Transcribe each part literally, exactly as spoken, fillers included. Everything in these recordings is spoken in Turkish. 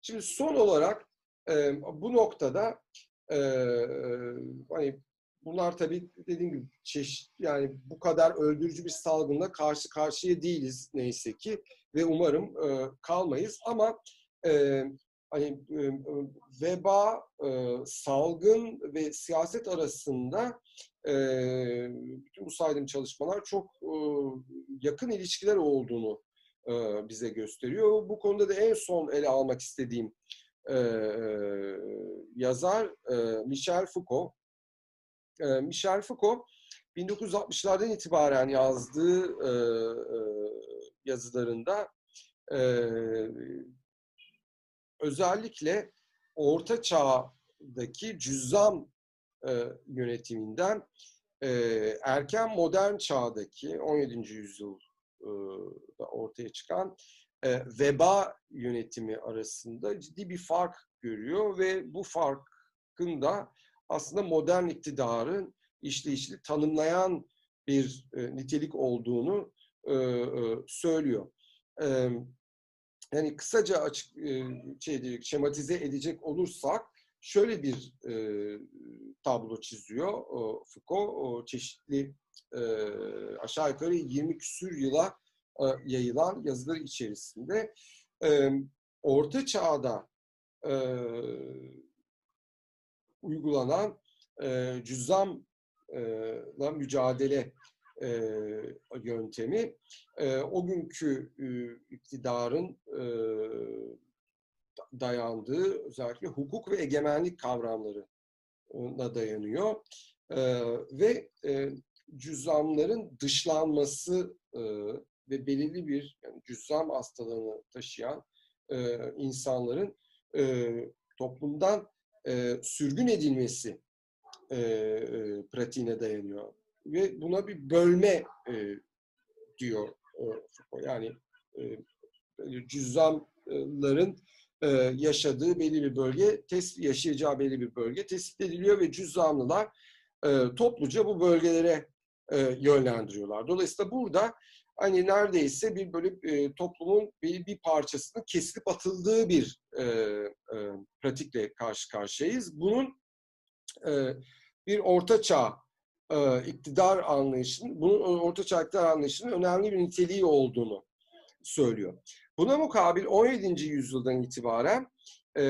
Şimdi son olarak e, bu noktada e, hani bunlar tabii dediğim gibi çeşit, yani bu kadar öldürücü bir salgınla karşı karşıya değiliz neyse ki ve umarım e, kalmayız ama e, hani e, veba, e, salgın ve siyaset arasında e, bütün bu saydığım çalışmalar çok e, yakın ilişkiler olduğunu e, bize gösteriyor. Bu konuda da en son ele almak istediğim e, yazar e, Michel Foucault. E, Michel Foucault bin dokuz yüz altmışlardan itibaren yazdığı e, e, yazılarında e, özellikle Orta Çağ'daki cüzzam e, yönetiminden e, erken modern çağdaki on yedinci yüzyılda ortaya çıkan e, veba yönetimi arasında ciddi bir fark görüyor ve bu farkın da aslında modern iktidarın işleyişini tanımlayan bir e, nitelik olduğunu e, e, söylüyor. E, Yani kısaca açık e, şey, şematize edecek olursak şöyle bir e, tablo çiziyor o, Foucault. O çeşitli e, aşağı yukarı yirmi küsür yıla e, yayılan yazıları içerisinde e, Orta Çağ'da e, uygulanan e, cüzzamla mücadele e, yöntemi e, o günkü e, iktidarın e, dayandığı özellikle hukuk ve egemenlik kavramlarına dayanıyor. E, ve e, cüzzamların dışlanması e, ve belirli bir yani cüzzam hastalığını taşıyan e, insanların e, toplumdan e, sürgün edilmesi e, e, pratiğine dayanıyor. Ve buna bir bölme e, diyor e, Foucault. Yani e, cüzzamların e, yaşadığı belli bir bölge, tespit, yaşayacağı belli bir bölge tespit ediliyor ve cüzzamlılar e, topluca bu bölgelere e, yönlendiriyorlar. Dolayısıyla burada hani neredeyse bir böyle e, toplumun bir, bir parçasının kesilip atıldığı bir e, e, pratikle karşı karşıyayız. Bunun e, bir ortaçağ e, iktidar anlayışının, bunun ortaçağ iktidar anlayışının önemli bir niteliği olduğunu söylüyor. Buna mukabil on yedinci yüzyıldan itibaren e,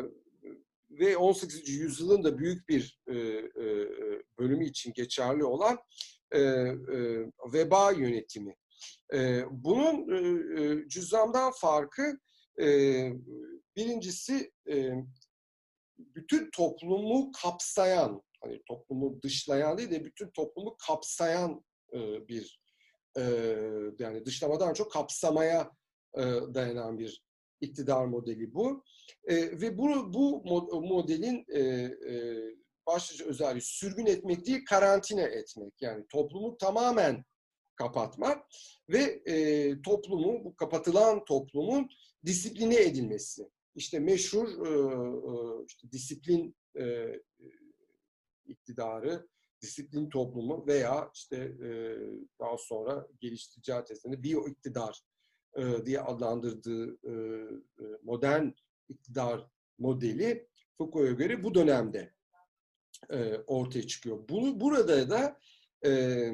ve on sekizinci yüzyılın da büyük bir e, e, bölümü için geçerli olan e, e, veba yönetimi. E, bunun e, cüzzamdan farkı e, birincisi e, bütün toplumu kapsayan, hani toplumu dışlayan değil de bütün toplumu kapsayan e, bir e, yani dışlamadan çok kapsamaya e, dayanan bir iktidar modeli bu. E, ve bu, bu modelin e, e, başlıca özelliği sürgün etmek değil, karantina etmek. Yani toplumu tamamen kapatmak ve e, toplumu, bu kapatılan toplumun disipline edilmesi. İşte meşhur e, e, işte disiplin e, iktidarı, disiplin toplumu veya işte e, daha sonra geliştireceği tezlerinde biyo iktidar e, diye adlandırdığı e, modern iktidar modeli Foucault'a göre bu dönemde e, ortaya çıkıyor. Bunu, burada da e,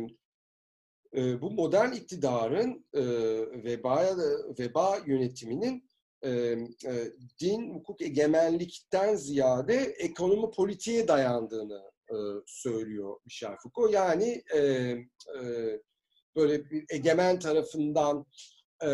e, bu modern iktidarın e, veba, veba yönetiminin e, e, din, hukuk, egemenlikten ziyade ekonomi politiğe dayandığını e, söylüyor Michel Foucault. Yani e, e, böyle bir egemen tarafından e,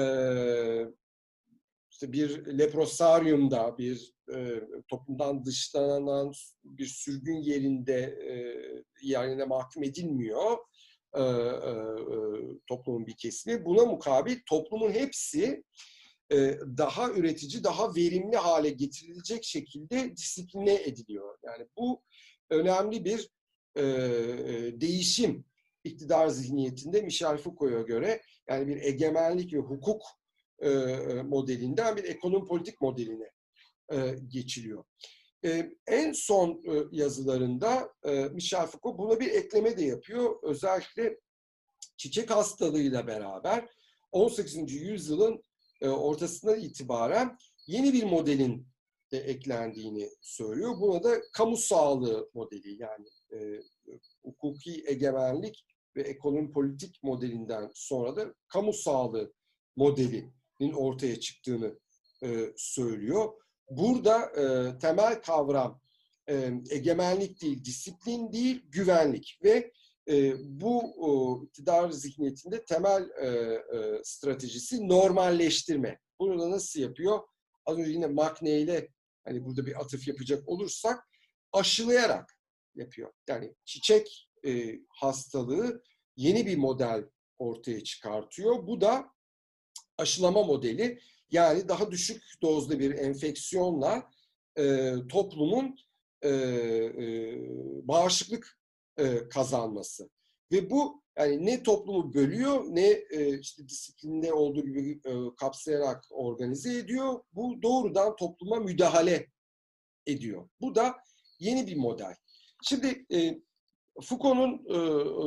işte bir leprosaryumda, bir e, toplumdan dışlanan bir sürgün yerinde e, yerine mahkum edilmiyor e, e, toplumun bir kesimi. Buna mukabil toplumun hepsi e, daha üretici, daha verimli hale getirilecek şekilde disipline ediliyor. Yani bu önemli bir e, değişim iktidar zihniyetinde Michel Foucault'a göre, yani bir egemenlik ve hukuk e, modelinden bir ekonomi politik modeline e, geçiliyor. E, en son e, yazılarında e, Michel Foucault buna bir ekleme de yapıyor. Özellikle çiçek hastalığıyla beraber on sekizinci yüzyılın e, ortasından itibaren yeni bir modelin de eklendiğini söylüyor. Buna da kamu sağlığı modeli, yani e, hukuki egemenlik ve ekonomi politik modelinden sonra da kamu sağlığı modelinin ortaya çıktığını e, söylüyor. Burada e, temel kavram e, egemenlik değil, disiplin değil, güvenlik ve e, bu o, iktidar zihniyetinde temel e, e, stratejisi normalleştirme. Bunu da nasıl yapıyor? Az önce yine Makne ile hani burada bir atıf yapacak olursak aşılayarak yapıyor. Yani çiçek e, hastalığı yeni bir model ortaya çıkartıyor. Bu da aşılama modeli. Yani daha düşük dozda bir enfeksiyonla e, toplumun e, e, bağışıklık e, kazanması. Ve bu yani ne toplumu bölüyor, ne e, işte disiplinde olduğu gibi e, kapsayarak organize ediyor. Bu doğrudan topluma müdahale ediyor. Bu da yeni bir model. Şimdi e, Foucault'un e, e,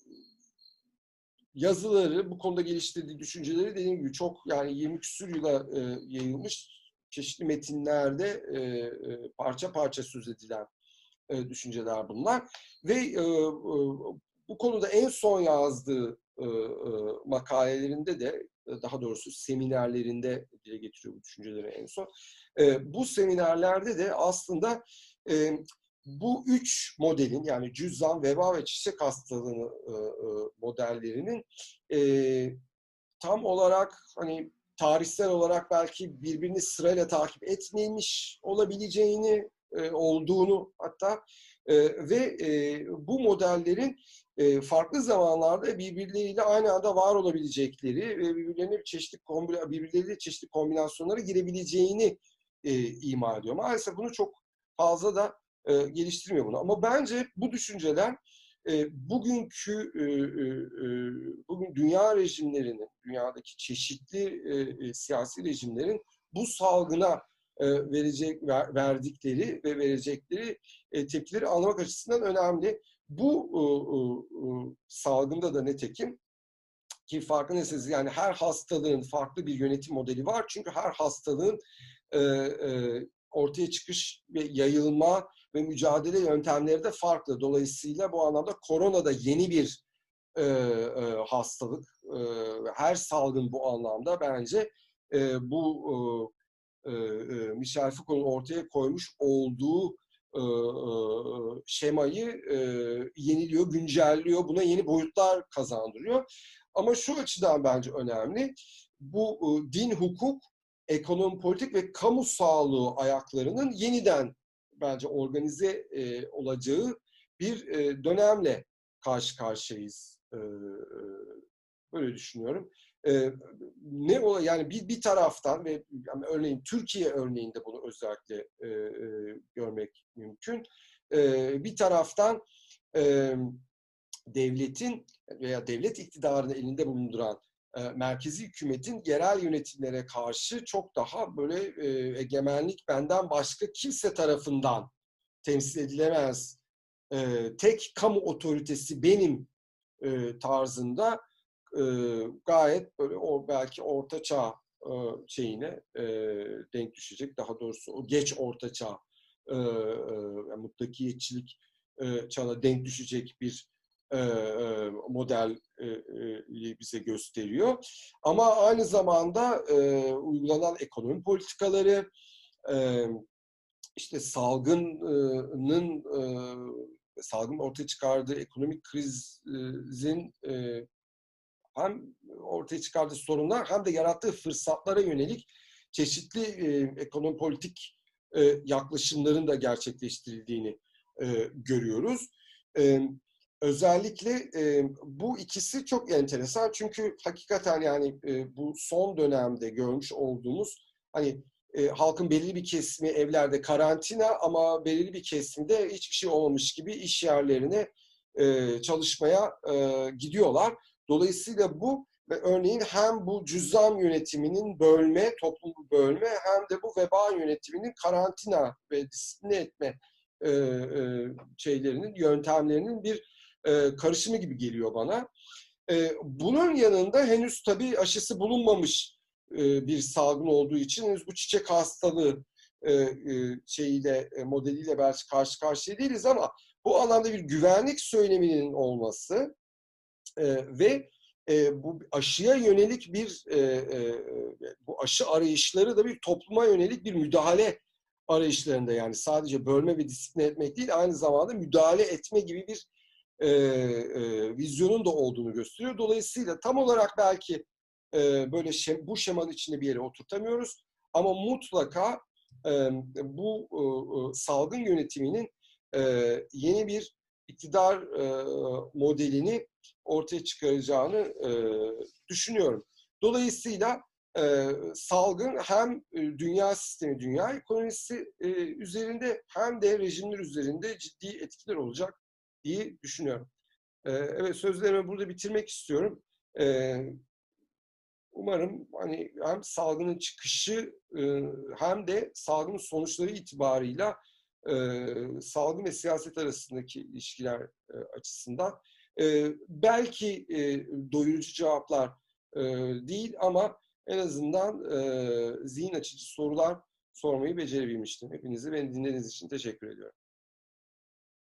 yazıları, bu konuda geliştirdiği düşünceleri dediğim gibi çok, yani yirmi küsur yıla e, yayılmış çeşitli metinlerde e, e, parça parça söz edilen e, düşünceler bunlar. Ve e, e, bu konuda en son yazdığı e, e, makalelerinde de, daha doğrusu seminerlerinde dile getiriyor bu düşünceleri en son. E, bu seminerlerde de aslında e, bu üç modelin, yani cüzzam, veba ve çiçek hastalığı e, e, modellerinin e, tam olarak hani tarihsel olarak belki birbirini sırayla takip etmemiş olabileceğini, e, olduğunu hatta e, ve e, bu modellerin e, farklı zamanlarda birbirleriyle aynı anda var olabilecekleri ve birbirlerine çeşitli birbirleriyle çeşitli kombinasyonlara girebileceğini e, ima ediyor. Maalesef bunu çok fazla da e, geliştirmiyor bunu. Ama bence bu düşünceler e, bugünkü e, e, bugün dünya rejimlerinin, dünyadaki çeşitli e, e, siyasi rejimlerin bu salgına e, verecek ver, verdikleri ve verecekleri e, tepkileri anlamak açısından önemli. Bu e, e, salgında da netekim ki farkındaysanız yani her hastalığın farklı bir yönetim modeli var. Çünkü her hastalığın e, e, ortaya çıkış ve yayılma ve mücadele yöntemleri de farklı. Dolayısıyla bu anlamda korona da yeni bir e, e, hastalık. E, her salgın bu anlamda bence e, bu e, e, Michel Foucault'un ortaya koymuş olduğu e, e, şemayı e, yeniliyor, güncelliyor. Buna yeni boyutlar kazandırıyor. Ama şu açıdan bence önemli. Bu e, din, hukuk, ekonomi, politik ve kamu sağlığı ayaklarının yeniden bence organize e, olacağı bir e, dönemle karşı karşıyayız. E, e, böyle düşünüyorum. E, ne ola yani bir bir taraftan ve yani örneğin Türkiye örneğinde bunu özellikle e, e, görmek mümkün. E, bir taraftan e, devletin veya devlet iktidarını elinde bulunduran e, merkezi hükümetin yerel yönetimlere karşı çok daha böyle e, egemenlik benden başka kimse tarafından temsil edilemez, e, tek kamu otoritesi benim e, tarzında e, gayet böyle o belki orta çağ e, şeyine e, denk düşecek. Daha doğrusu o geç orta çağ e, e, yani mutlakiyetçilik e, çağına denk düşecek bir e, e, model e, e, bize gösteriyor. Ama aynı zamanda e, uygulanan ekonomi politikaları, e, işte salgının e, salgın ortaya çıkardığı ekonomik krizin e, hem ortaya çıkardığı sorunlar hem de yarattığı fırsatlara yönelik çeşitli e, ekonomi politik e, yaklaşımların da gerçekleştirildiğini e, görüyoruz. E, özellikle e, bu ikisi çok enteresan çünkü hakikaten yani e, bu son dönemde görmüş olduğumuz hani e, halkın belirli bir kesimi evlerde karantina ama belirli bir kesimde hiçbir şey olmamış gibi iş yerlerine e, çalışmaya e, gidiyorlar. Dolayısıyla bu ve örneğin hem bu cüzzam yönetiminin bölme, toplumu bölme hem de bu veba yönetiminin karantina ve disipline etme e, e, şeylerinin, yöntemlerinin bir e, karışımı gibi geliyor bana. E, bunun yanında henüz tabii aşısı bulunmamış e, bir salgın olduğu için henüz bu çiçek hastalığı e, e, şeyiyle, e, modeliyle belki karşı karşıya değiliz ama bu alanda bir güvenlik söyleminin olması e, ve e, bu aşıya yönelik bir e, e, bu aşı arayışları da bir topluma yönelik bir müdahale arayışlarında, yani sadece bölme ve disipline etmek değil, aynı zamanda müdahale etme gibi bir e, e, vizyonun da olduğunu gösteriyor. Dolayısıyla tam olarak belki e, böyle şem, bu şemanın içinde bir yere oturtamıyoruz ama mutlaka e, bu e, e, salgın yönetiminin e, yeni bir iktidar e, modelini ortaya çıkaracağını e, düşünüyorum. Dolayısıyla e, salgın hem dünya sistemi, dünya ekonomisi e, üzerinde hem de rejimler üzerinde ciddi etkiler olacak diye düşünüyorum. E, evet, sözlerimi burada bitirmek istiyorum. E, umarım hani hem salgının çıkışı e, hem de salgının sonuçları itibarıyla e, salgın ve siyaset arasındaki ilişkiler e, açısından e, belki e, doyurucu cevaplar e, değil ama en azından e, zihin açıcı sorular sormayı becerebilmiştim. Hepinize beni dinlediğiniz için teşekkür ediyorum.